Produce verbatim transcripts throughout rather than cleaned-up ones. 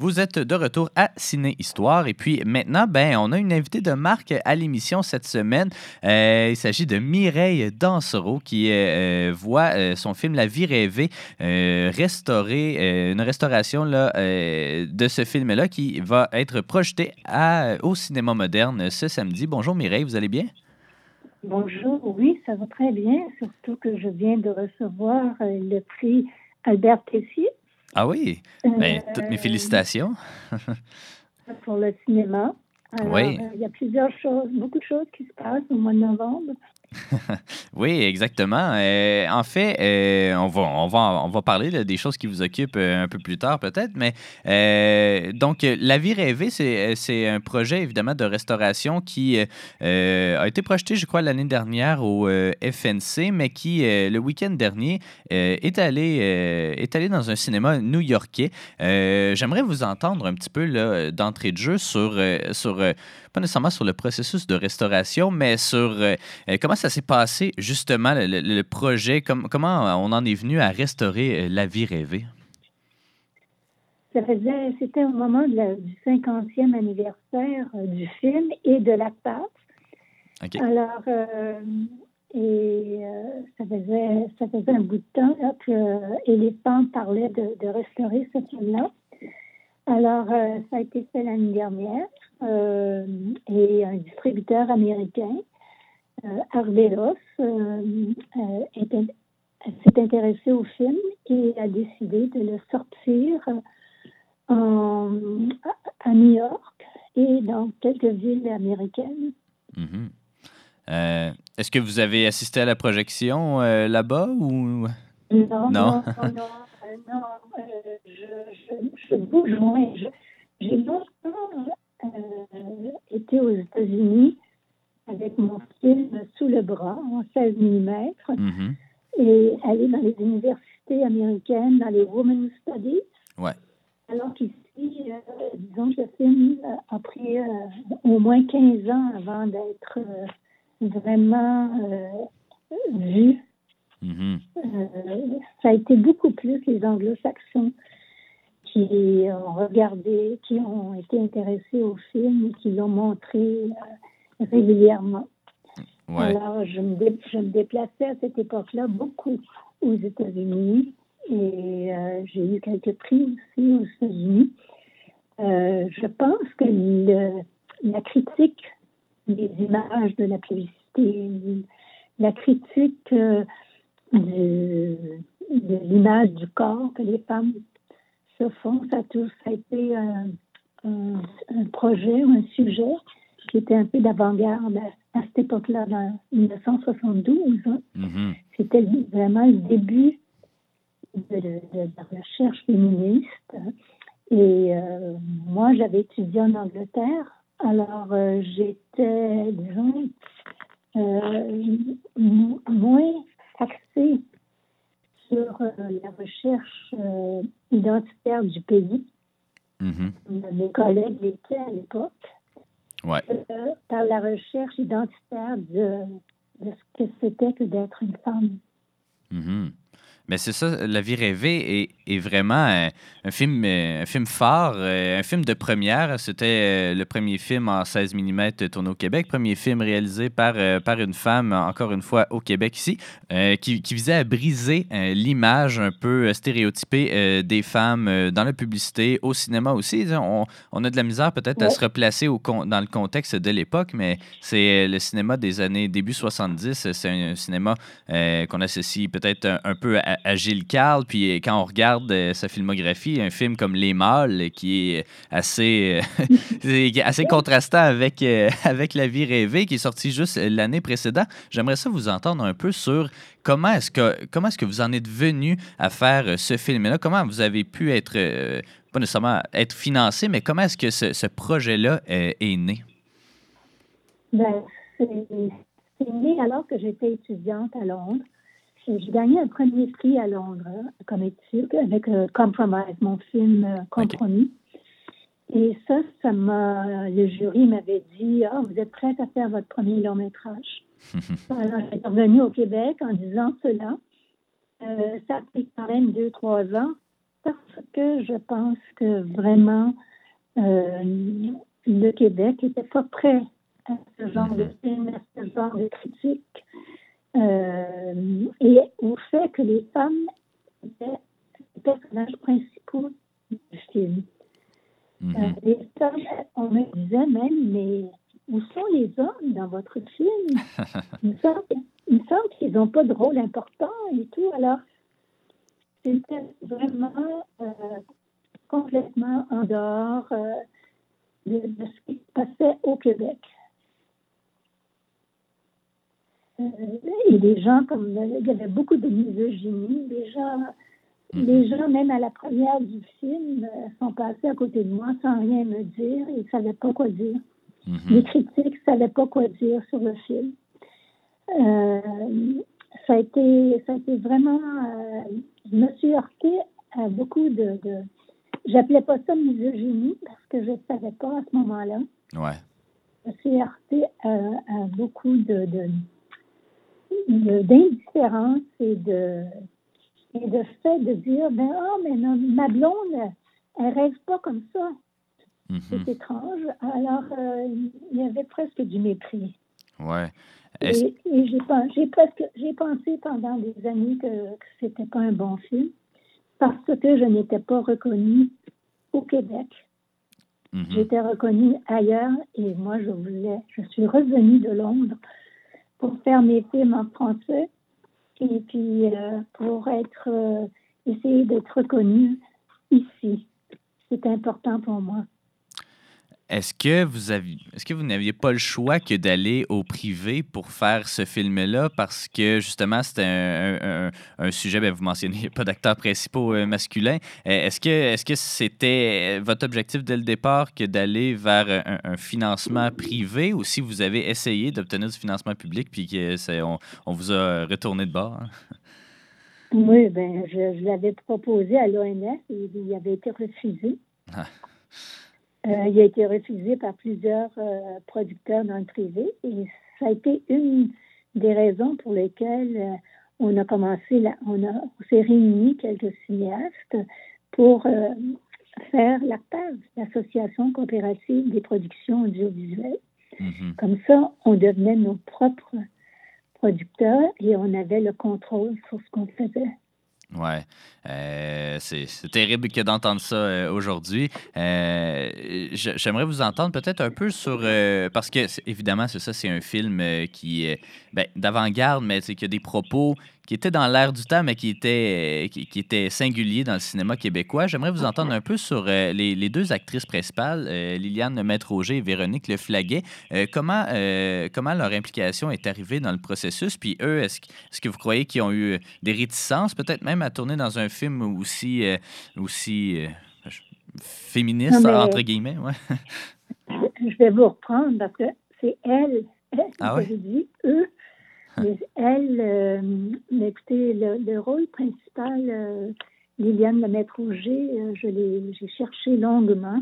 Vous êtes de retour à Ciné Histoire et puis maintenant, ben, on a une invitée de marque à l'émission cette semaine. Euh, il s'agit de Mireille Dansereau qui euh, voit euh, son film La vie rêvée euh, restaurer, euh, une restauration là, euh, de ce film-là qui va être projeté à, au cinéma moderne ce samedi. Bonjour Mireille, vous allez bien? Bonjour, oui, ça va très bien, surtout que je viens de recevoir euh, le prix Albert Tessier. Ah oui? Ben, euh, toutes mes félicitations. pour le cinéma. Alors, Oui. euh, il y a plusieurs choses, beaucoup de choses qui se passent au mois de novembre. Oui, exactement. Euh, en fait, euh, on va, on va, on va parler là, des choses qui vous occupent euh, un peu plus tard peut-être, mais euh, donc euh, La vie rêvée, c'est, c'est un projet évidemment de restauration qui euh, a été projeté, je crois, l'année dernière au euh, F N C, mais qui, euh, le week-end dernier, euh, est allé, euh, est allé dans un cinéma new-yorkais. Euh, j'aimerais vous entendre un petit peu là, d'entrée de jeu sur, euh, sur euh, pas nécessairement sur le processus de restauration, mais sur euh, euh, comment ça s'est passé, justement, le, le- le projet? Com- comment on en est venu à restaurer euh, La vie rêvée? Ça faisait, c'était au moment de la- du cinquantième anniversaire euh, du film et de la passe. OK. Alors, euh, et euh, ça faisait, ça faisait un bout de temps là, que Éléphant parlait de, de restaurer ce film-là. Alors, euh, ça a été fait l'année dernière euh, et un distributeur américain, euh, Arbelos, euh, euh, était- s'est intéressé au film et a décidé de le sortir en, à, à New York et dans quelques villes américaines. Mhm. Euh, est-ce que vous avez assisté à la projection euh, là-bas ou Non, non? non, non, euh, non, euh, je, je, je bouge moins. Je- j'ai longtemps euh, été aux États-Unis avec mon film sous le bras en seize millimètres Mhm. et aller dans les universités américaines, dans les Women's Studies. Ouais. Alors qu'ici, euh, disons que le film a pris euh, au moins quinze ans avant d'être euh, vraiment euh, vu. Mhm. Euh, ça a été beaucoup plus les anglo-saxons qui ont regardé, qui ont été intéressés au film et qui l'ont montré euh, régulièrement. Ouais. Alors, je me, dé- je me déplaçais à cette époque-là beaucoup aux États-Unis et euh, j'ai eu quelques prix aussi aux États-Unis. Euh, je pense que le, la critique des images de la publicité, la critique euh, de, de l'image du corps que les femmes se font, ça a, tout, ça a été un, un, un projet ou un sujet qui était un peu d'avant-garde à, à cette époque-là, dans dix-neuf cent soixante-douze. Hein. Mhm. C'était vraiment le début de, de, de la recherche féministe. Et euh, moi, j'avais étudié en Angleterre. Alors, euh, j'étais, disons, euh, m- moins axée sur euh, la recherche euh, identitaire du pays. Mhm. Mes collègues l'étaient à l'époque. Ouais. Euh, par la recherche identitaire de, de ce que c'était que d'être une femme. Mhm. Mais c'est ça, La vie rêvée est, est vraiment un, un film, euh, un film phare, euh, un film de première. C'était euh, le premier film en seize millimètres tourné au Québec, premier film réalisé par, euh, par une femme, encore une fois au Québec ici, euh, qui, qui visait à briser euh, l'image un peu euh, stéréotypée euh, des femmes euh, dans la publicité, au cinéma aussi. On, on a de la misère peut-être à Ouais. se replacer au con- dans le contexte de l'époque, mais c'est euh, le cinéma des années début soixante-dix. C'est un, un cinéma euh, qu'on associe peut-être un, un peu à, à Gilles Carle. Puis euh, quand on regarde euh, sa filmographie, un film comme Les Mâles, euh, qui est assez, euh, c'est assez contrastant avec, euh, avec La vie rêvée, qui est sorti juste l'année précédente. J'aimerais ça vous entendre un peu sur comment est-ce que, comment est-ce que vous en êtes venu à faire euh, ce film-là? Comment vous avez pu être, euh, pas nécessairement être financé, mais comment est-ce que ce, ce projet-là euh, est né? Ben, c'est, c'est né alors que j'étais étudiante à Londres. J'ai gagné un premier prix à Londres hein, comme étude avec euh, Compromise, mon film euh, OK. Compromis. Et ça, ça m'a, le jury m'avait dit, ah, vous êtes prête à faire votre premier long métrage. Alors, j'étais revenue au Québec en disant cela. Euh, ça a pris quand même deux, trois ans parce que je pense que vraiment euh, le Québec n'était pas prêt à ce genre de Mhm. film, à ce genre de critique, euh, et au fait que les femmes étaient les personnages principaux du film. Euh, Mhm. les femmes, on me disait même, mais où sont les hommes dans votre film? Il me semble, il me semble qu'ils n'ont pas de rôle important et tout. Alors, c'était vraiment euh, complètement en dehors euh, de, de ce qui se passait au Québec. Euh, et les gens, comme il y avait beaucoup de misogynie, les gens, Mhm. les gens même à la première du film, euh, sont passés à côté de moi sans rien me dire. Ils ne savaient pas quoi dire. Les Mhm. critiques ne savaient pas quoi dire sur le film. Euh, ça a été, ça a été vraiment. Euh, je me suis heurtée à beaucoup de. de J'appelais pas ça misogynie parce que je ne savais pas à ce moment-là. Ouais. Je me suis heurtée à, à beaucoup de, de, de- d'indifférence et de, et de fait de dire ben ah mais non, ma blonde elle rêve pas comme ça. Mhm. C'est étrange. Alors euh, il y avait presque du mépris. Ouais. Est-ce... Et, et j'ai, pen- j'ai presque, j'ai pensé pendant des années que, que c'était pas un bon film parce que je n'étais pas reconnue au Québec. Mhm. J'étais reconnue ailleurs et moi, je voulais, je suis revenue de Londres pour faire mes films en français et puis euh, pour être, euh, essayer d'être reconnue ici. C'est important pour moi. Est-ce que vous aviez, est-ce que vous n'aviez pas le choix que d'aller au privé pour faire ce film-là parce que justement c'était un, un- un- un sujet, ben, vous mentionnez pas d'acteurs principaux euh, masculins. Euh, Est-ce que, est-ce que c'était votre objectif dès le départ que d'aller vers un, un financement privé ou si vous avez essayé d'obtenir du financement public puis que c'est, on, on vous a retourné de bord? Hein? Oui, ben, je, je l'avais proposé à l'O N S et il avait été refusé. Ah, Euh, il a été refusé par plusieurs euh, producteurs dans le privé et ça a été une des raisons pour lesquelles euh, on a commencé, la, on, a, on s'est réunis quelques cinéastes pour euh, faire l'A C T A V, l'Association coopérative des productions audiovisuelles. mhm. Comme ça, on devenait nos propres producteurs et on avait le contrôle sur ce qu'on faisait. Ouais, euh, c'est c'est terrible que d'entendre ça euh, aujourd'hui. Euh, je- j'aimerais vous entendre peut-être un peu sur euh, parce que c'est- évidemment c'est ça, c'est un film euh, qui est ben, d'avant-garde, mais c'est qui a des propos qui étaient dans l'air du temps, mais qui étaient euh, qui, qui étaient singuliers dans le cinéma québécois. J'aimerais vous entendre un peu sur euh, les, les deux actrices principales, euh, Liliane Maître-Auger et Véronique Leflaguet. Euh, comment euh, comment leur implication est arrivée dans le processus? Puis eux, est-ce que- est-ce que vous croyez qu'ils ont eu des réticences, peut-être même à tourner dans un film aussi, euh, aussi euh, Non, féministe, entre mais guillemets, ouais. je vais vous reprendre parce que c'est elle, elle Ah que ouais? j'ai dit eux. Mais elle, euh, mais écoutez, le, le rôle principal, euh, Liliane Lemaitre-Auger, euh, je l'ai, j'ai cherché longuement.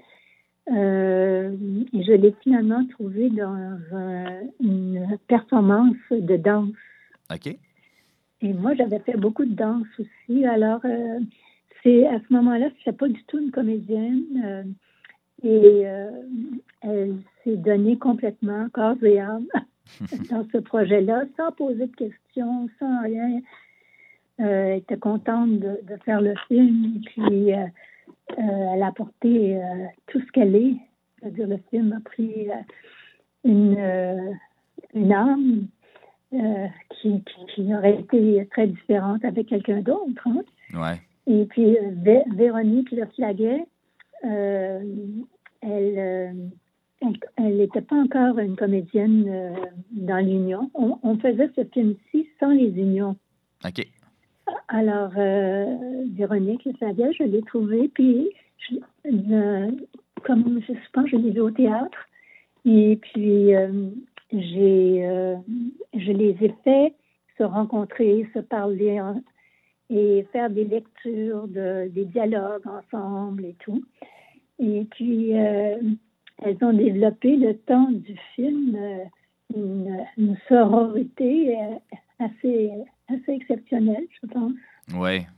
Euh, et je l'ai finalement trouvé dans un- une performance de danse. OK. Et moi, j'avais fait beaucoup de danse aussi. Alors, euh, c'est à ce moment-là, je n'étais pas du tout une comédienne. euh, et euh, elle s'est donnée complètement corps et âme dans ce projet-là, sans poser de questions, sans rien. Euh, elle était contente de, de faire le film. Et puis, euh, euh, elle a apporté euh, tout ce qu'elle est. C'est-à-dire, le film a pris euh, une, euh, une âme euh, qui, qui, qui aurait été très différente avec quelqu'un d'autre. Hein. Ouais. Et puis, euh, Vé- Véronique Leflaguet, euh, elle euh, elle n'était pas encore une comédienne euh, dans l'Union. On, on faisait ce film-ci sans les unions. OK. Alors, euh, Véronique Leflaguet, je l'ai trouvée, puis je, euh, comme je pense, je l'ai vue au théâtre, et puis euh, j'ai, euh, je les ai fait se rencontrer, se parler en- et faire des lectures, de, des dialogues ensemble et tout. Et puis, euh, elles ont développé le temps du film euh, une, une sororité euh, assez, assez exceptionnelle, je pense. Ouais.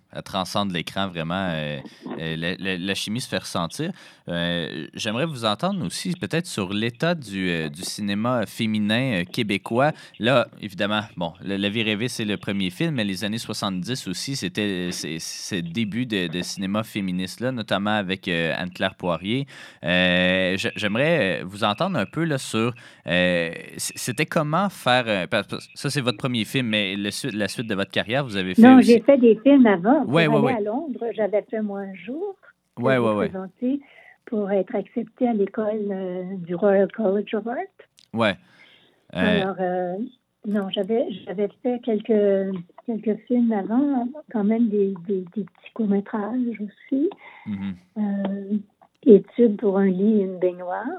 elle transcende l'écran vraiment. euh, euh, la, la- la chimie se fait ressentir. Euh, j'aimerais vous entendre aussi peut-être sur l'état du, euh, du cinéma féminin euh, québécois. Là, évidemment, bon, Le- La vie rêvée, c'est le premier film, mais les années soixante-dix aussi, c'était c'est c'est le début de, de cinéma féministe-là, notamment avec euh, Anne-Claire Poirier. Euh, j'ai- j'aimerais euh, vous entendre un peu là, sur euh, c- c'était comment faire. euh, parce que ça, c'est votre premier film, mais le su- la suite de votre carrière, vous avez fait Non, aussi. j'ai fait des films avant. Pour Ouais, ouais, aller ouais. à Londres, j'avais fait Moi un jour, que Ouais, j'ai ouais, ouais. présenté pour être acceptée à l'école euh, du Royal College of Art. Ouais. Euh, Alors, euh, non, j'avais j'avais fait quelques, quelques films avant, quand même des, des, des petits courts-métrages aussi. mhm. Euh, Études pour un lit et une baignoire.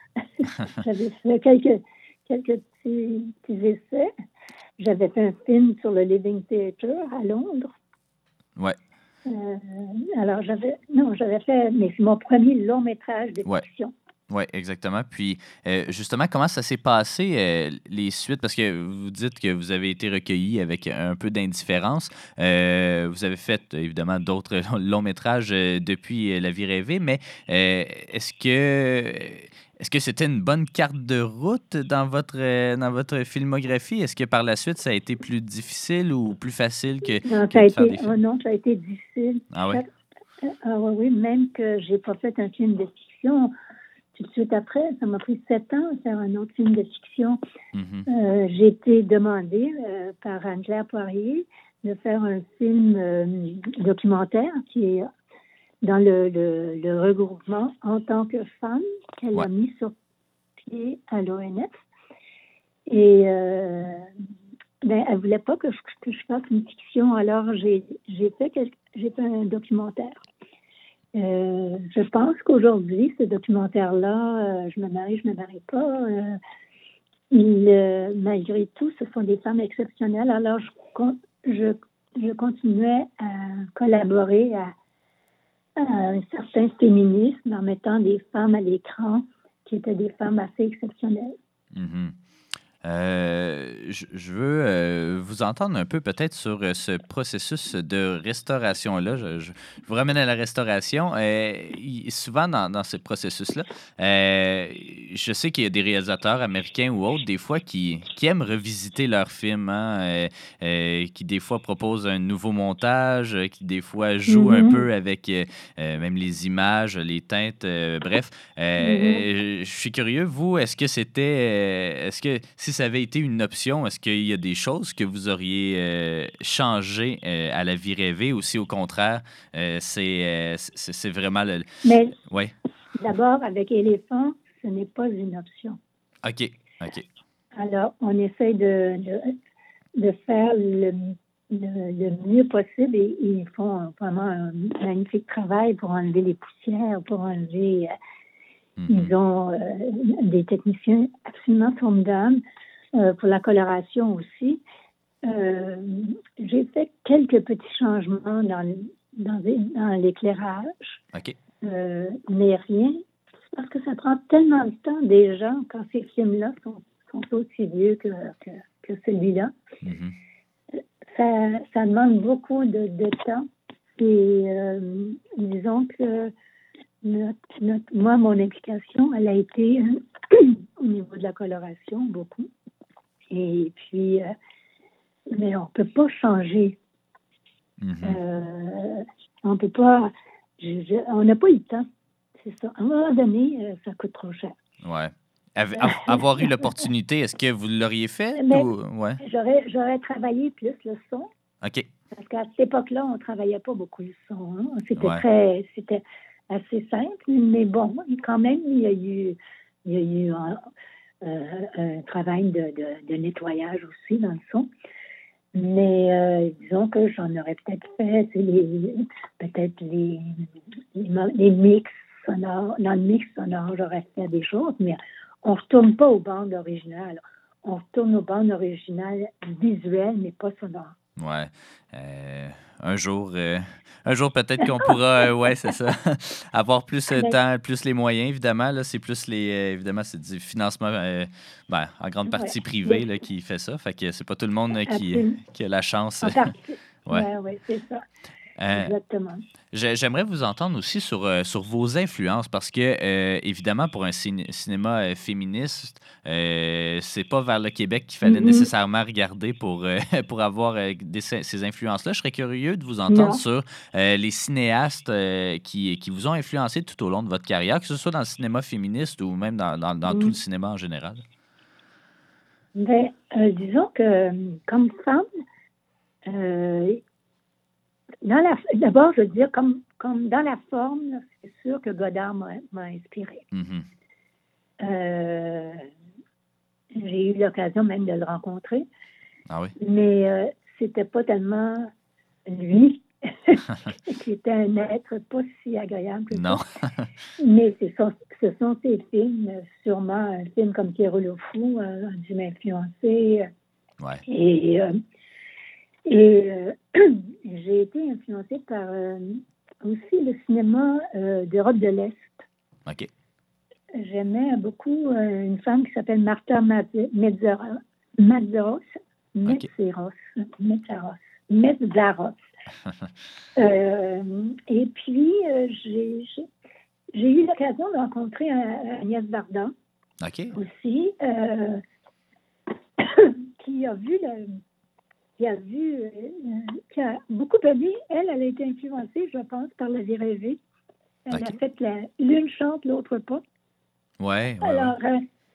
J'avais fait quelques, quelques petits, petits essais. J'avais fait un film sur le Living Theatre à Londres. Ouais, Euh, alors, j'avais, non, j'avais fait, mais c'est mon premier long métrage de ouais. fiction. Oui, exactement. Puis, euh, justement, comment ça s'est passé, euh, les suites? Parce que vous dites que vous avez été recueilli avec un peu d'indifférence. Euh, vous avez fait, évidemment, d'autres longs métrages euh, depuis euh, La vie rêvée, mais euh, est-ce que est-ce que c'était une bonne carte de route dans votre, euh, dans votre filmographie? Est-ce que par la suite, ça a été plus difficile ou plus facile que, Non, que ça a de faire été, des oh films? non, ça a été difficile. Ah oui? Chaque- ah oui, oui, même que j'ai pas fait un film de fiction. Tout de suite après, ça m'a pris sept ans de faire un autre film de fiction. Mhm. Euh, j'ai été demandée euh, par Anne-Claire Poirier de faire un film euh, documentaire qui est dans le, le, le regroupement En tant que femme qu'elle Ouais. a mis sur pied à l'O N F. Et euh, ben, elle voulait pas que je, que je fasse une fiction, alors j'ai, j'ai, fait, quelque, j'ai fait un documentaire. Euh, je pense qu'aujourd'hui, ce documentaire-là, euh, je me marie, je me marie pas, euh, il, euh, malgré tout, ce sont des femmes exceptionnelles. Alors, je, con- je, je continuais à collaborer à, à un certain féminisme en mettant des femmes à l'écran qui étaient des femmes assez exceptionnelles. Mhm. Euh, je, je veux euh, vous entendre un peu peut-être sur euh, ce processus de restauration-là. Je, je- je vous ramène à la restauration. Euh, il- souvent dans, dans ce processus-là, euh, je sais qu'il y a des réalisateurs américains ou autres, des fois, qui, qui aiment revisiter leurs films, hein, euh, euh, qui des fois proposent un nouveau montage, euh, qui des fois jouent un Mhm. peu avec euh, euh, même les images, les teintes, euh, bref. Euh, Mhm. Je suis curieux, vous, est-ce que c'était, euh, est-ce que si ça avait été une option, est-ce qu'il y a des choses que vous auriez euh, changées euh, à La vie rêvée ou si au contraire, euh, c'est, euh, c'est, c'est vraiment le... Mais Oui, d'abord, avec Éléphant, ce n'est pas une option. OK, OK. Alors, on essaie de, de, de faire le, le, le mieux possible et, et ils font vraiment un magnifique travail pour enlever les poussières, pour enlever... euh, Mhm. Ils ont euh, des techniciens absolument formidables euh, pour la coloration aussi. Euh, j'ai fait quelques petits changements dans, l- dans, les- dans l'éclairage, OK. euh, mais rien, parce que ça prend tellement de temps déjà quand ces films-là sont, sont aussi vieux que, que, que celui-là. Mhm. Ça, ça demande beaucoup de, de temps et euh, disons que notre, notre, moi, mon implication, elle a été euh, au niveau de la coloration, beaucoup. Et puis, euh, mais on ne peut pas changer. Mhm. Euh, on peut pas. Je, je, on n'a pas eu le temps. C'est ça. À un moment donné, euh, ça coûte trop cher. Ouais. Av- av- avoir eu l'opportunité, est-ce que vous l'auriez fait Mais ou... Ouais. j'aurais, j'aurais travaillé plus le son. OK. Parce qu'à cette époque-là, on ne travaillait pas beaucoup le son. Hein. C'était Ouais. très, c'était assez simple, mais bon, quand même, il y a eu, il y a eu un, euh, un travail de, de, de nettoyage aussi dans le son. Mais euh, disons que j'en aurais peut-être fait, c'est les, peut-être les, les, les mix sonores. Dans le mix sonore, j'aurais fait des choses, mais on ne retourne pas aux bandes originales. On retourne aux bandes originales visuelles, mais pas sonores. Ouais. Euh, un jour, euh, un jour peut-être qu'on pourra, euh, ouais, c'est ça, avoir plus de Mais- temps, plus les moyens, évidemment. Là, c'est plus les, euh, évidemment, c'est du financement, euh, ben, en grande partie Ouais. privé Mais- là, qui fait ça. Fait que c'est pas tout le monde euh, qui, Absolument. qui a la chance. En partie. Ouais. Oui, ouais, c'est ça. Euh, Exactement. j'ai- J'aimerais vous entendre aussi sur, euh, sur vos influences parce que, euh, évidemment, pour un ciné- cinéma euh, féministe, euh, c'est pas vers le Québec qu'il fallait Mhm. nécessairement regarder pour, euh, pour avoir euh, des- ces influences-là. Je serais curieux de vous entendre Non. sur euh, les cinéastes euh, qui, qui vous ont influencé tout au long de votre carrière, que ce soit dans le cinéma féministe ou même dans, dans, dans tout le Mhm. cinéma en général. Ben, euh, disons que euh, comme femme, euh, dans la, d'abord, je veux dire, comme, comme dans la forme, c'est sûr que Godard m'a, m'a inspiré. Mhm. Euh, j'ai eu l'occasion même de le rencontrer, Ah oui? mais euh, c'était pas tellement lui qui était un être pas si agréable que ça. Non. Mais ce sont, ce sont ces films, sûrement un film comme Pierrot le Fou euh, a dû m'influencer. Ouais. Et, euh, et euh, j'ai été influencée par euh, aussi le cinéma euh, d'Europe de l'Est. OK. J'aimais beaucoup euh, une femme qui s'appelle Martha Metzeros, Metzeros, OK. Metzeros, Metzeros, Metzeros. Euh, et puis, euh, j'ai, j'ai, j'ai eu l'occasion de rencontrer euh, Agnès Varda OK. aussi, euh, qui a vu le, qui a vu, euh, qui a beaucoup aimé. Elle, elle a été influencée, je pense, par La Vie rêvée. Elle OK. a fait la, l'une chante, l'autre pas. Ouais, ouais, ouais. Alors, euh,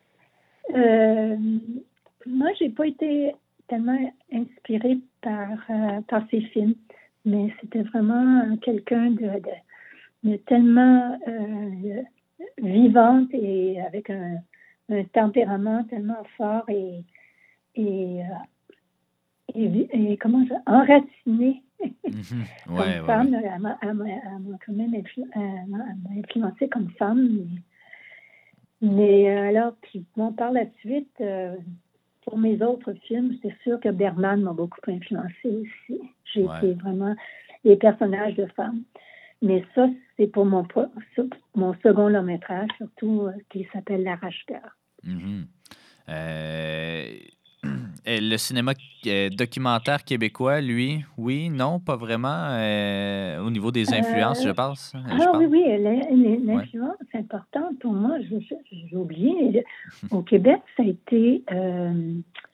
euh, moi, j'ai pas été tellement inspirée par, euh, par ces films, mais c'était vraiment quelqu'un de, de, de tellement euh, vivante et avec un, un tempérament tellement fort et, et, euh, et, et comment ça, enraciné Mhm. comme Ouais, ouais, ouais. femme. Elle m'a, elle m'a, elle m'a quand même influ, elle m'a, elle m'a influencée comme femme. Mais, mais euh, alors, puis bon, par la suite, euh, pour mes autres films, c'est sûr que Bergman m'a beaucoup influencée aussi. J'ai Ouais. été vraiment les personnages de femmes. Mais ça, c'est pour mon, mon second long métrage, surtout, euh, qui s'appelle L'Arrache-cœur. Mhm. Euh, le cinéma euh, documentaire québécois, lui, oui, non, pas vraiment. euh, au niveau des influences, je Euh, pense. euh, Je ah oui, parle. oui, l'in- Ouais. l'influence importante pour moi, je- je- j'ai oublié. Au Québec, ça a été euh,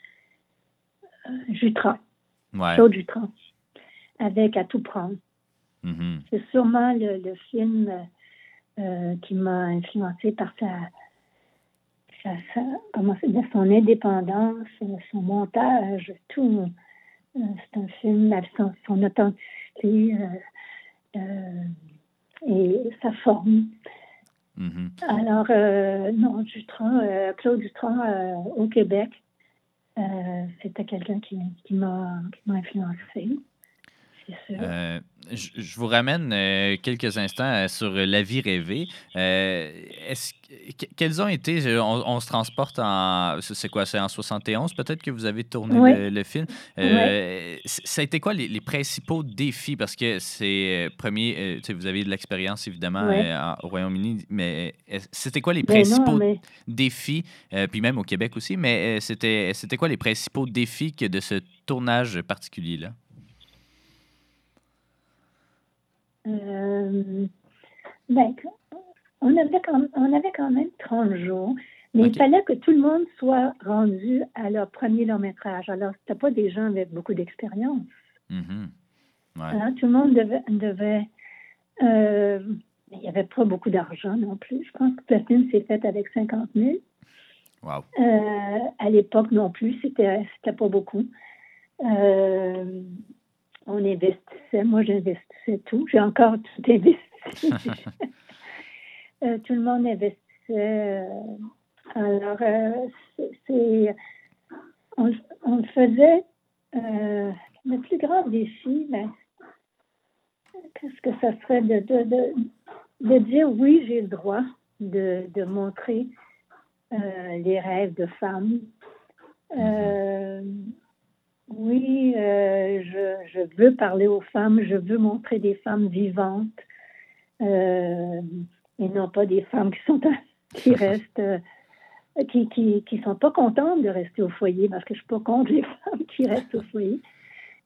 Jutras, Ouais. Claude Jutras, avec À tout prendre. Mhm. C'est sûrement le, le film euh, qui m'a influencé par sa, sa, sa comment c'est, de son indépendance, son montage, tout. Euh, c'est un film avec son, son authenticité euh, euh, et sa forme. Mhm. Alors, euh, non, Jutras, euh, Claude Jutras euh, au Québec, euh, c'était quelqu'un qui, qui m'a qui m'a influencé, c'est sûr. Euh, je, je vous ramène euh, quelques instants euh, sur La Vie rêvée. Euh, est-ce, que- quels ont été, euh, on, on se transporte en, c'est c'est quoi, c'est en soixante et onze peut-être que vous avez tourné Oui, le, le film. oui. Euh, c- ça a été quoi les, les principaux défis? Parce que c'est, euh, premier, euh, tu sais, vous avez de l'expérience évidemment Oui. euh, en- au Royaume-Uni, mais euh, c'était quoi les Mais non, principaux mais défis, euh, puis même au Québec aussi, mais euh, c'était, c'était quoi les principaux défis que de ce tournage particulier-là? euh, ben, on avait, quand, on avait quand même trente jours, mais il OK. fallait que tout le monde soit rendu à leur premier long métrage. Alors, c'était pas des gens avec beaucoup d'expérience. Mhm. Ouais. Hein, tout le monde devait, devait euh, il n'y avait pas beaucoup d'argent non plus. Je pense que le film s'est fait avec cinquante mille. Wow. Euh, à l'époque non plus, c'était, c'était pas beaucoup. Euh, on investissait, moi j'investissais tout. J'ai encore tout investi. euh, tout le monde investissait. Euh, alors, euh, c'est, c'est, on, on faisait euh, le plus grand défi, ben, qu'est-ce que ça serait de, de, de, de dire oui, j'ai le droit de, de montrer euh, les rêves de femmes. Euh, oui, euh, je, je veux parler aux femmes, je veux montrer des femmes vivantes euh, et non pas des femmes qui sont qui restent euh, qui, qui, qui sont pas contentes de rester au foyer parce que je suis pas contre les femmes qui restent au foyer.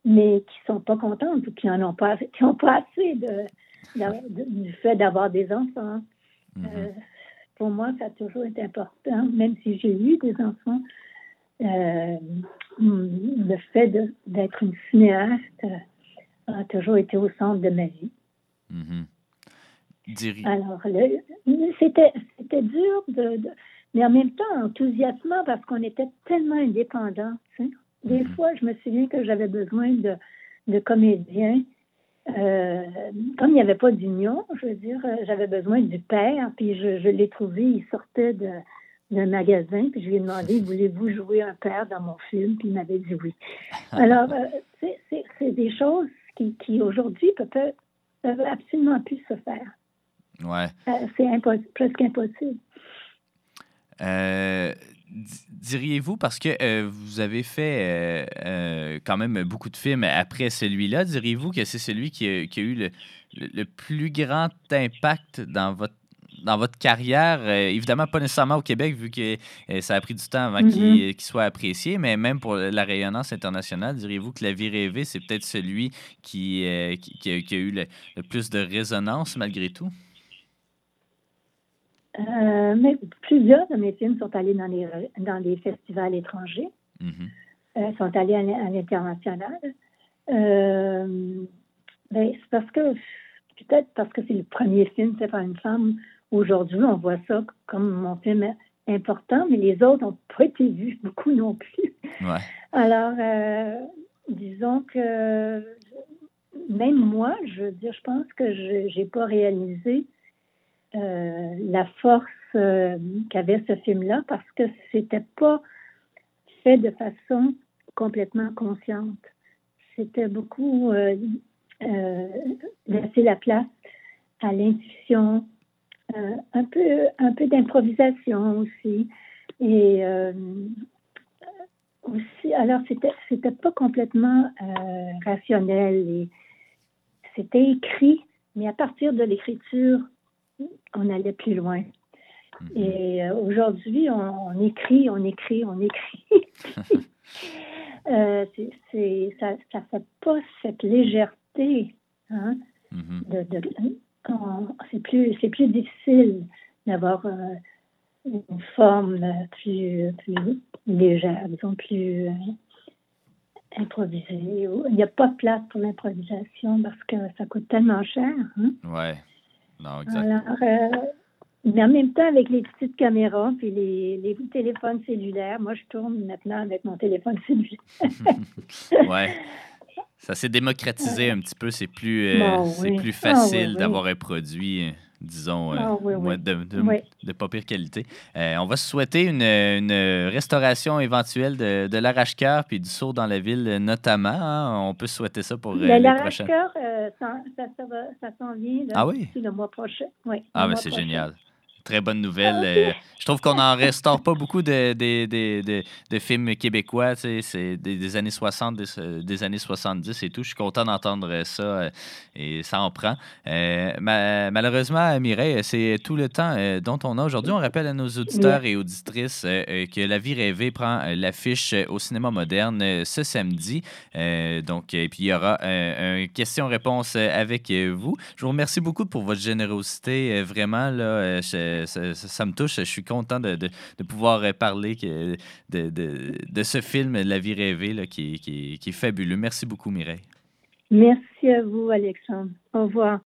mais qui sont pas contentes ou qui en ont pas, qui ont pas assez de, de- de- du fait d'avoir des enfants. Mhm. Euh, pour moi, ça a toujours été important, même si j'ai eu des enfants. Euh, le fait de- d'être une cinéaste euh, a toujours été au centre de ma vie. Mhm. Diri- Alors, le- c'était, c'était dur, de, de- mais en même temps enthousiasmant parce qu'on était tellement indépendants. Tu sais. Des Mhm. fois, je me souviens que j'avais besoin de, de comédiens. Euh, comme il n'y avait pas d'union, je veux dire, euh, j'avais besoin du père, puis je, je l'ai trouvé, il sortait de, d'un magasin, puis je lui ai demandé, voulez-vous jouer un père dans mon film? Puis il m'avait dit oui. Alors, euh, c'est, c'est, c'est des choses qui, qui aujourd'hui peuvent, peuvent absolument plus se faire. Ouais. Euh, c'est impos- presque impossible. Euh, di- diriez-vous, parce que euh, vous avez fait euh, euh, quand même beaucoup de films après celui-là, diriez-vous que c'est celui qui a, qui a eu le, le- le plus grand impact dans votre, dans votre carrière? Euh, évidemment, pas nécessairement au Québec, vu que euh, ça a pris du temps avant Mhm. qu'il qu'il soit apprécié, mais même pour la rayonnance internationale, diriez-vous que La Vie rêvée, c'est peut-être celui qui, euh, qui, qui a, qui a eu le, le plus de résonance malgré tout? Euh, mais plusieurs de mes films sont allés dans les, dans les festivals étrangers, Mhm. euh, sont allés à, l'in- à l'international. Euh, ben, c'est parce que, peut-être parce que c'est le premier film fait par une femme. Aujourd'hui, on voit ça comme mon film important, mais les autres n'ont pas été vus beaucoup non plus. Ouais. Alors, euh, disons que même moi, je veux dire, je pense que je n'ai pas réalisé euh, la force euh, qu'avait ce film-là parce que c'était pas fait de façon complètement consciente. C'était beaucoup euh, euh, laisser la place à l'intuition, euh, un peu, un peu d'improvisation aussi. Et euh, aussi, alors c'était, c'était pas complètement euh, rationnel. Et c'était écrit, mais à partir de l'écriture, on allait plus loin. Mhm. Et euh, aujourd'hui, on, on écrit, on écrit, on écrit. euh, c'est, c'est, ça ne fait pas cette légèreté. Hein, Mhm. de, de, on- c'est, plus, c'est plus difficile d'avoir euh, une forme plus, plus légère, disons, plus euh, improvisée. Il n'y a pas de place pour l'improvisation parce que ça coûte tellement cher. Hein? Ouais. Non, exact. Alors, euh, mais en même temps, avec les petites caméras puis les, les téléphones cellulaires, moi, je tourne maintenant avec mon téléphone cellulaire. Ouais. Ça s'est démocratisé un petit peu. C'est plus, euh, Bon, c'est oui. plus Ah, oui, facile oui. d'avoir un produit, euh, disons, euh, Ah, oui, au moins oui. de, de, Oui. de pas pire qualité. Euh, on va se souhaiter une, une restauration éventuelle de, de l'Arrache-Cœur puis du Saut dans la ville, euh, notamment. Hein. On peut se souhaiter ça pour euh, Mais les prochaines. l'arrache-cœur, euh, ça, ça, ça, va- ça s'en vient là, Ah oui? d'ici le mois prochain. Oui, Ah, le ben mois c'est prochain. génial. Très bonne nouvelle. Ah, Euh, OK. je trouve qu'on n'en restaure pas beaucoup de, de, de, de, de films québécois, tu sais, c'est des, des années soixante, des, des années soixante-dix et tout. Je suis content d'entendre ça euh, et ça en prend. Euh, ma- malheureusement, Mireille, c'est tout le temps euh, dont on a aujourd'hui. On rappelle à nos auditeurs Yes. et auditrices euh, euh, que La Vie rêvée prend euh, l'affiche euh, au cinéma moderne euh, ce samedi. Euh, donc, et puis il y aura euh, un question-réponse euh, avec euh, vous. Je vous remercie beaucoup pour votre générosité. Euh, vraiment, là, euh, je- ça, ça- ça me touche. Je suis content de, de- de pouvoir euh, parler que- de, de- de ce film, La Vie rêvée, là, qui, qui- qui est fabuleux. Merci beaucoup, Mireille. Merci à vous, Alexandre. Au revoir.